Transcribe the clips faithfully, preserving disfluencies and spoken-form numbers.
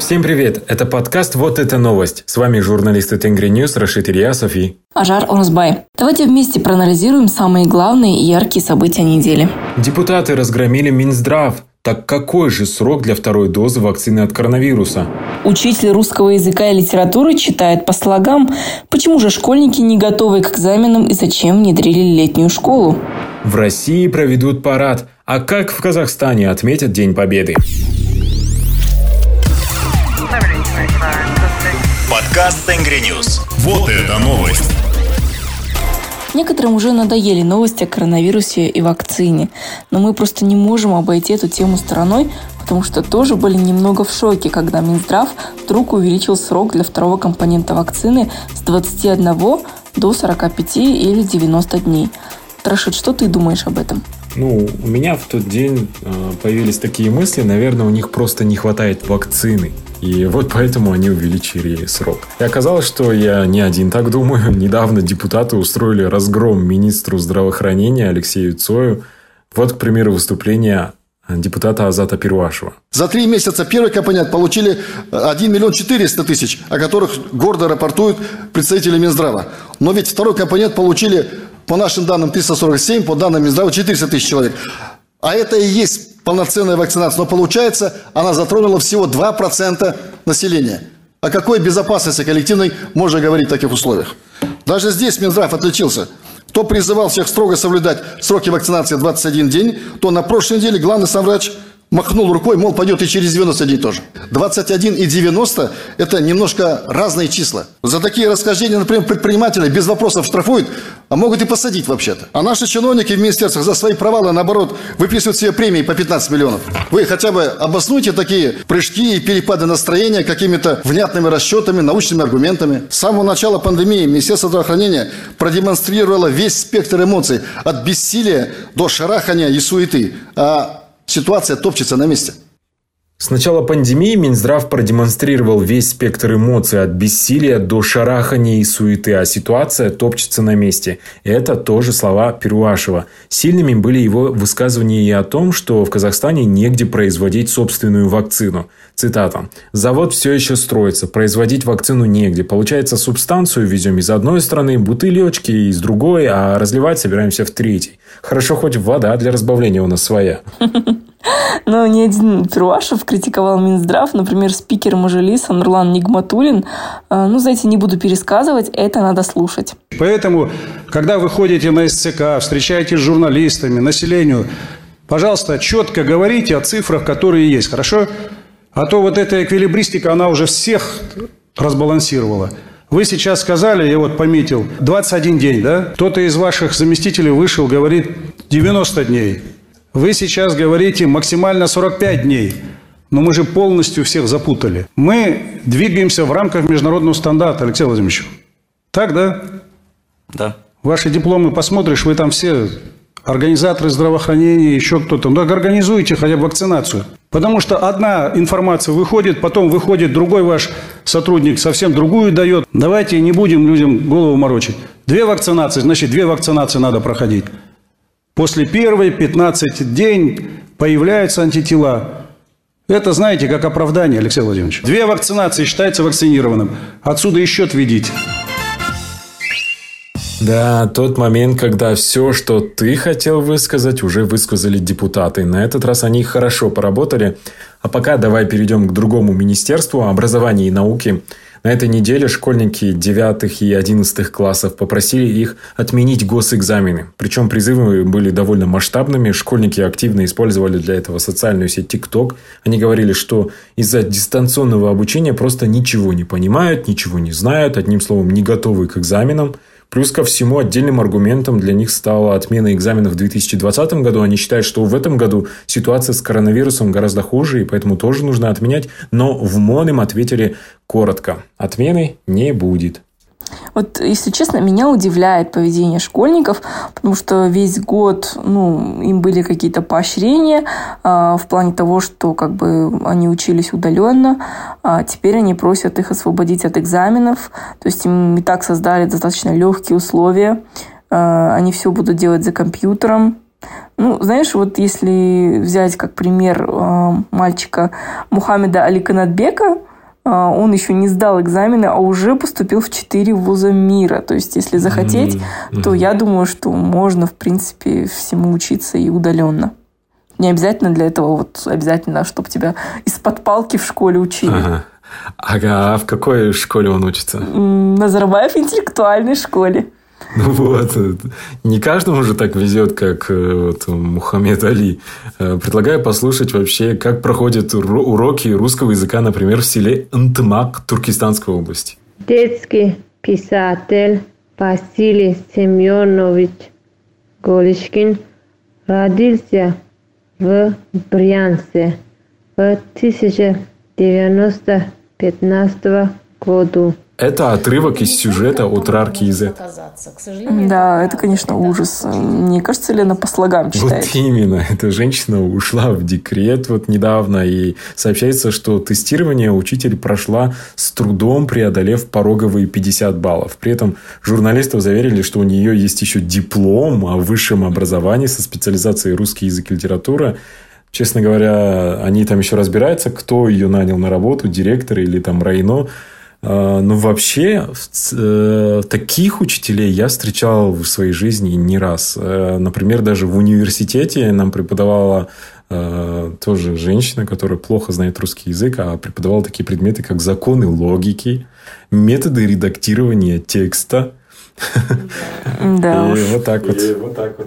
Всем привет! Это подкаст «Вот это новость». С вами журналисты Тенгри Ньюс Рашид Ильясов и Ажар Орозбай. Давайте вместе проанализируем самые главные и яркие события недели. Депутаты разгромили Минздрав. Так какой же срок для второй дозы вакцины от коронавируса? Учитель русского языка и литературы читает по слогам. Почему же школьники не готовы к экзаменам и зачем внедрили летнюю школу? В России проведут парад. А как в Казахстане отметят День Победы? Подкаст Тенгри Ньюс. Вот это новость. Некоторым уже надоели новости о коронавирусе и вакцине, но мы просто не можем обойти эту тему стороной, потому что тоже были немного в шоке, когда Минздрав вдруг увеличил срок для второго компонента вакцины с двадцати одного до сорока пяти или девяноста дней. Рашид, что ты думаешь об этом? Ну, у меня в тот день э, появились такие мысли, наверное, у них просто не хватает вакцины. И вот поэтому они увеличили срок. И оказалось, что я не один так думаю. Недавно депутаты устроили разгром министру здравоохранения Алексею Цою. Вот, к примеру, выступление депутата Азата Перуашева. За три месяца первый компонент получили один миллион четыреста тысяч, о которых гордо рапортуют представители Минздрава. Но ведь второй компонент получили, по нашим данным, триста сорок семь, по данным Минздрава, четыреста тысяч человек. А это и есть полноценная вакцинация. Но получается, она затронула всего два процента населения. О какой безопасности коллективной можно говорить в таких условиях? Даже здесь Минздрав отличился. Кто призывал всех строго соблюдать сроки вакцинации двадцать один день, то на прошлой неделе главный санврач махнул рукой, мол, пойдет и через девяносто дней тоже. двадцать один и девяносто – это немножко разные числа. За такие расхождения, например, предприниматели без вопросов штрафуют, а могут и посадить вообще-то. А наши чиновники в министерствах за свои провалы, наоборот, выписывают себе премии по пятнадцать миллионов. Вы хотя бы обоснуйте такие прыжки и перепады настроения какими-то внятными расчетами, научными аргументами. С самого начала пандемии Министерство здравоохранения продемонстрировало весь спектр эмоций от бессилия до шарахания и суеты. А ситуация топчется на месте. С начала пандемии Минздрав продемонстрировал весь спектр эмоций от бессилия до шарахания и суеты, а ситуация топчется на месте. Это тоже слова Перуашева. Сильными были его высказывания и о том, что в Казахстане негде производить собственную вакцину. Цитата. «Завод все еще строится, производить вакцину негде. Получается, субстанцию везем из одной страны, бутылечки из другой, а разливать собираемся в третьей. Хорошо, хоть вода для разбавления у нас своя». Но не один Перуашев критиковал Минздрав. Например, спикер Мажилиса Нурлан Нигматуллин. Ну, знаете, не буду пересказывать, это надо слушать. Поэтому, когда вы ходите на эс цэ ка, встречаетесь с журналистами, населению, пожалуйста, четко говорите о цифрах, которые есть, хорошо? А то вот эта эквилибристика, она уже всех разбалансировала. Вы сейчас сказали, я вот пометил, двадцать один день, да? Кто-то из ваших заместителей вышел, говорит, девяносто дней. Вы сейчас говорите максимально сорок пять дней. Но мы же полностью всех запутали. Мы двигаемся в рамках международного стандарта, Алексей Владимирович. Так, да? Да. Ваши дипломы посмотришь, вы там все организаторы здравоохранения, еще кто-то. Ну, так организуйте хотя бы вакцинацию. Потому что одна информация выходит, потом выходит другой ваш сотрудник, совсем другую дает. Давайте не будем людям голову морочить. Две вакцинации, значит, две вакцинации надо проходить. После первой пятнадцати дней появляются антитела. Это, знаете, как оправдание, Алексей Владимирович. Две вакцинации считается вакцинированным. Отсюда и счет ведите. Да, тот момент, когда все, что ты хотел высказать, уже высказали депутаты. На этот раз они хорошо поработали. А пока давай перейдем к другому министерству образования и науки. На этой неделе школьники девятых и одиннадцатых классов попросили их отменить госэкзамены. Причем призывы были довольно масштабными. Школьники активно использовали для этого социальную сеть ТикТок. Они говорили, что из-за дистанционного обучения просто ничего не понимают, ничего не знают, одним словом, не готовы к экзаменам. Плюс ко всему, отдельным аргументом для них стала отмена экзаменов в две тысячи двадцатом году. Они считают, что в этом году ситуация с коронавирусом гораздо хуже, и поэтому тоже нужно отменять. Но в МОН им ответили коротко. Отмены не будет. Вот, если честно, меня удивляет поведение школьников, потому что весь год, ну, им были какие-то поощрения э, в плане того, что как бы они учились удаленно, а теперь они просят их освободить от экзаменов, то есть им и так создали достаточно легкие условия, э, они все будут делать за компьютером. Ну, знаешь, вот если взять как пример э, мальчика Мухаммеда Али Канатбека, он еще не сдал экзамены, а уже поступил в четыре вуза мира. То есть, если захотеть, mm-hmm. то я думаю, что можно, в принципе, всему учиться и удаленно. Не обязательно для этого, вот обязательно, чтобы тебя из-под палки в школе учили. Ага. А в какой школе он учится? Назарбаев интеллектуальной школе. Ну вот, не каждому же так везет, как вот, Мухаммед Али. Предлагаю послушать вообще, как проходят уроки русского языка, например, в селе Ынтымак Туркестанской области. Детский писатель Василий Семенович Голышкин родился в Брянске в тысяча девятьсот пятнадцатом году. Это отрывок из сюжета от Рарки Изет. Да, это, конечно, ужас. Не кажется ли она по слогам читает? Вот именно. Эта женщина ушла в декрет вот недавно. И сообщается, что тестирование учитель прошла с трудом, преодолев пороговые пятьдесят баллов. При этом журналистов заверили, что у нее есть еще диплом о высшем образовании со специализацией русский язык и литература. Честно говоря, они там еще разбираются, кто ее нанял на работу, директор или там районо. Но вообще таких учителей я встречал в своей жизни не раз. Например, даже в университете нам преподавала тоже женщина, которая плохо знает русский язык, а преподавала такие предметы, как законы логики, методы редактирования текста. Да. И вот так вот. И вот так вот.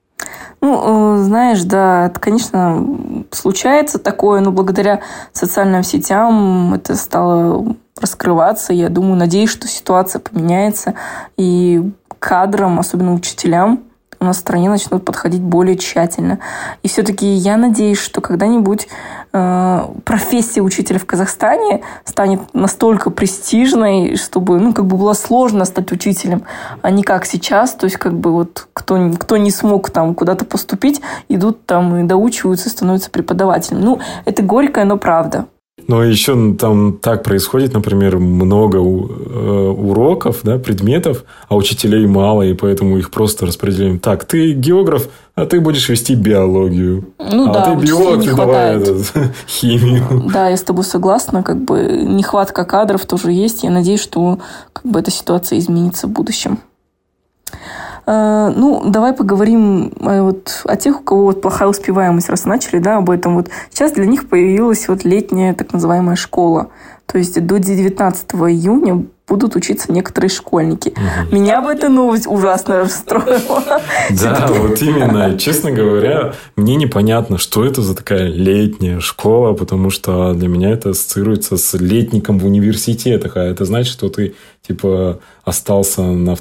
Ну, знаешь, да, это, конечно, случается такое, но благодаря социальным сетям это стало раскрываться. Я думаю, надеюсь, что ситуация поменяется, и кадрам, особенно учителям, у нас в стране начнут подходить более тщательно. И все-таки я надеюсь, что когда-нибудь э, профессия учителя в Казахстане станет настолько престижной, чтобы, ну, как бы было сложно стать учителем, а не как сейчас. То есть, как бы вот кто, кто не смог там куда-то поступить, идут там и доучиваются, становятся преподавателем. Ну, это горькое, но правда. Но еще там так происходит, например, много уроков, да, предметов, а учителей мало, и поэтому их просто распределяем. Так, ты географ, а ты будешь вести биологию. Ну, а да, ты биолог, ты давай этот, химию. Да, я с тобой согласна. Как бы нехватка кадров тоже есть. Я надеюсь, что как бы эта ситуация изменится в будущем. Ну, давай поговорим вот о тех, у кого вот плохая успеваемость, раз начали, да, об этом. Вот сейчас для них появилась вот летняя так называемая школа. То есть до девятнадцатого июня будут учиться некоторые школьники. Угу. Меня бы эта новость ужасно расстроила. Да, вот именно. Честно говоря, мне непонятно, что это за такая летняя школа, потому что для меня это ассоциируется с летником в университетах, а это значит, что ты типа остался на...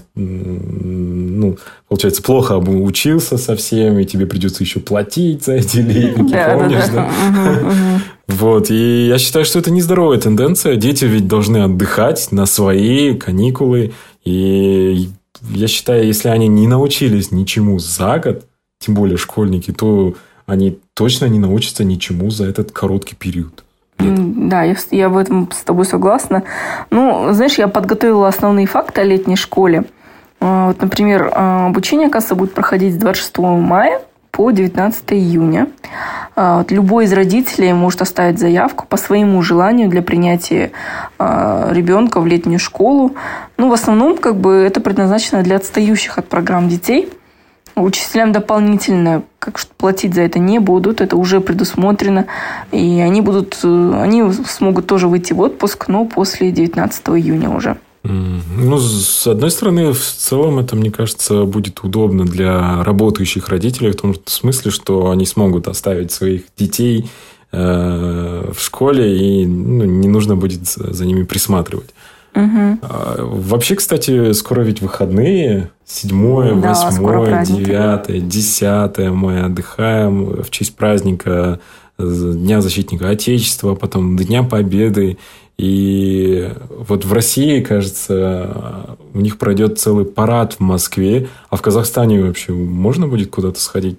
Ну, получается, плохо учился совсем, и тебе придется еще платить за эти летники, да, помнишь, да? да? Угу, угу. Вот, и я считаю, что это нездоровая тенденция. Дети ведь должны отдыхать на свои каникулы. И я считаю, если они не научились ничему за год, тем более школьники, то они точно не научатся ничему за этот короткий период. Нет. Да, я, я в этом с тобой согласна. Ну, знаешь, я подготовила основные факты о летней школе. Вот, например, обучение, оказывается, будет проходить с двадцать шестого мая по девятнадцатого июня. Вот, любой из родителей может оставить заявку по своему желанию для принятия ребенка в летнюю школу. Ну, в основном, как бы, это предназначено для отстающих от программ детей. Учителям дополнительно как что платить за это не будут, это уже предусмотрено. И они будут, они смогут тоже выйти в отпуск, но после девятнадцатого июня уже. Ну, с одной стороны, в целом это, мне кажется, будет удобно для работающих родителей в том смысле, что они смогут оставить своих детей э, в школе, и ну, не нужно будет за ними присматривать. Угу. Вообще, кстати, скоро ведь выходные. седьмое, восьмое, девятое, десятое мы отдыхаем в честь праздника Дня защитника Отечества, потом Дня Победы. И вот в России, кажется, у них пройдет целый парад в Москве. А в Казахстане вообще можно будет куда-то сходить?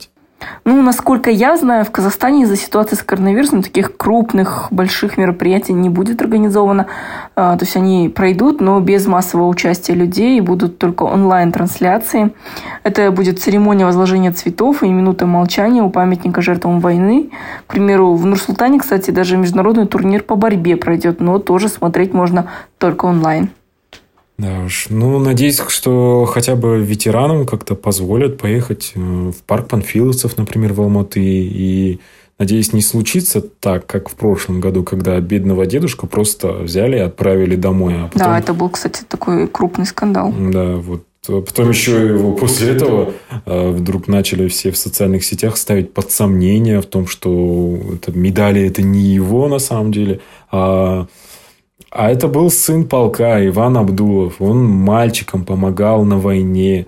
Ну, насколько я знаю, в Казахстане из-за ситуации с коронавирусом таких крупных, больших мероприятий не будет организовано. То есть они пройдут, но без массового участия людей, будут только онлайн-трансляции. Это будет церемония возложения цветов и минута молчания у памятника жертвам войны. К примеру, в Нур-Султане, кстати, даже международный турнир по борьбе пройдет, но тоже смотреть можно только онлайн. Да уж. Ну, надеюсь, что хотя бы ветеранам как-то позволят поехать в парк панфиловцев, например, в Алматы. И, надеюсь, не случится так, как в прошлом году, когда бедного дедушку просто взяли и отправили домой. А потом... Да, это был, кстати, такой крупный скандал. Да, вот. Потом еще его после этого вдруг начали все в социальных сетях ставить под сомнение в том, что это, медали это не его на самом деле, а... А это был сын полка, Иван Абдулов. Он мальчиком помогал на войне.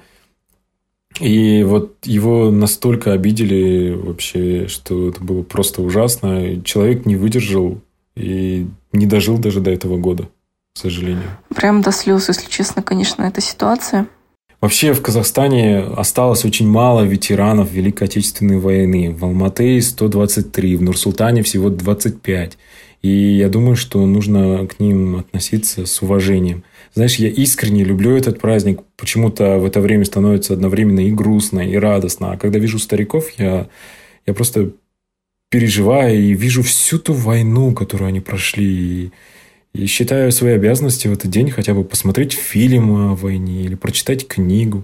И вот его настолько обидели вообще, что это было просто ужасно. Человек не выдержал и не дожил даже до этого года, к сожалению. Прям до слез, если честно, конечно, эта ситуация. Вообще в Казахстане осталось очень мало ветеранов Великой Отечественной войны. В Алматы сто двадцать три, в Нур-Султане всего двадцать пять. И я думаю, что нужно к ним относиться с уважением. Знаешь, я искренне люблю этот праздник. Почему-то в это время становится одновременно и грустно, и радостно. А когда вижу стариков, я, я просто переживаю и вижу всю ту войну, которую они прошли. И, и считаю своей обязанностью в этот день хотя бы посмотреть фильм о войне или прочитать книгу.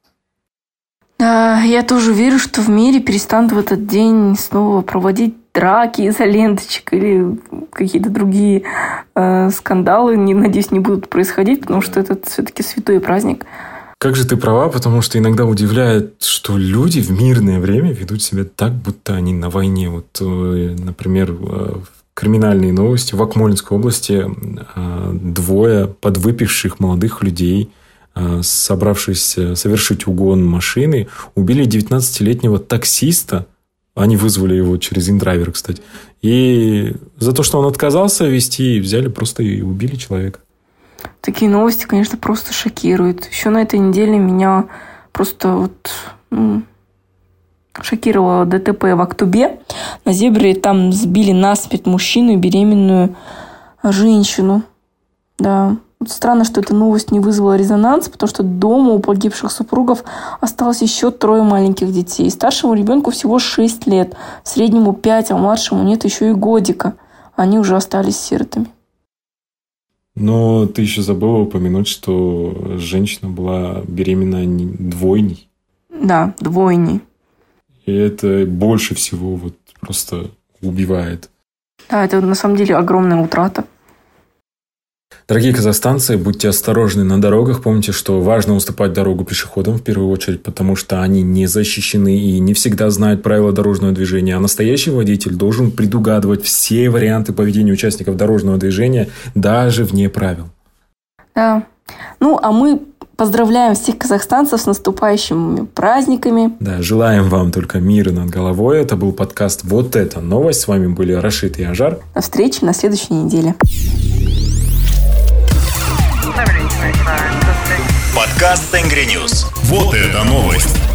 Да, я тоже верю, что в мире перестанут в этот день снова проводить драки из-за ленточек или какие-то другие э, скандалы, не, надеюсь, не будут происходить, потому что это все-таки святой праздник. Как же ты права, потому что иногда удивляет, что люди в мирное время ведут себя так, будто они на войне. Вот, например, в криминальные новости в Акмолинской области двое подвыпивших молодых людей, собравшись совершить угон машины, убили девятнадцатилетнего таксиста. Они вызвали его через индрайвер, кстати. И за то, что он отказался везти, взяли просто и убили человека. Такие новости, конечно, просто шокируют. Еще на этой неделе меня просто вот, ну, шокировало ДТП в Актубе. На Зебре там сбили насмерть мужчину и беременную женщину. Да. Странно, что эта новость не вызвала резонанс, потому что дома у погибших супругов осталось еще трое маленьких детей. Старшему ребенку всего шесть лет, среднему пять, а младшему нет еще и годика. Они уже остались сиротами. Но ты еще забыла упомянуть, что женщина была беременна двойней. Да, двойней. И это больше всего вот просто убивает. Да, это на самом деле огромная утрата. Дорогие казахстанцы, будьте осторожны на дорогах. Помните, что важно уступать дорогу пешеходам в первую очередь, потому что они не защищены и не всегда знают правила дорожного движения. А настоящий водитель должен предугадывать все варианты поведения участников дорожного движения, даже вне правил. Да. Ну, а мы поздравляем всех казахстанцев с наступающими праздниками. Да, желаем вам только мира над головой. Это был подкаст «Вот это новость». С вами были Рашид и Ажар. До встречи на следующей неделе. Подкаст Тенгри Ньюс. Вот это новость.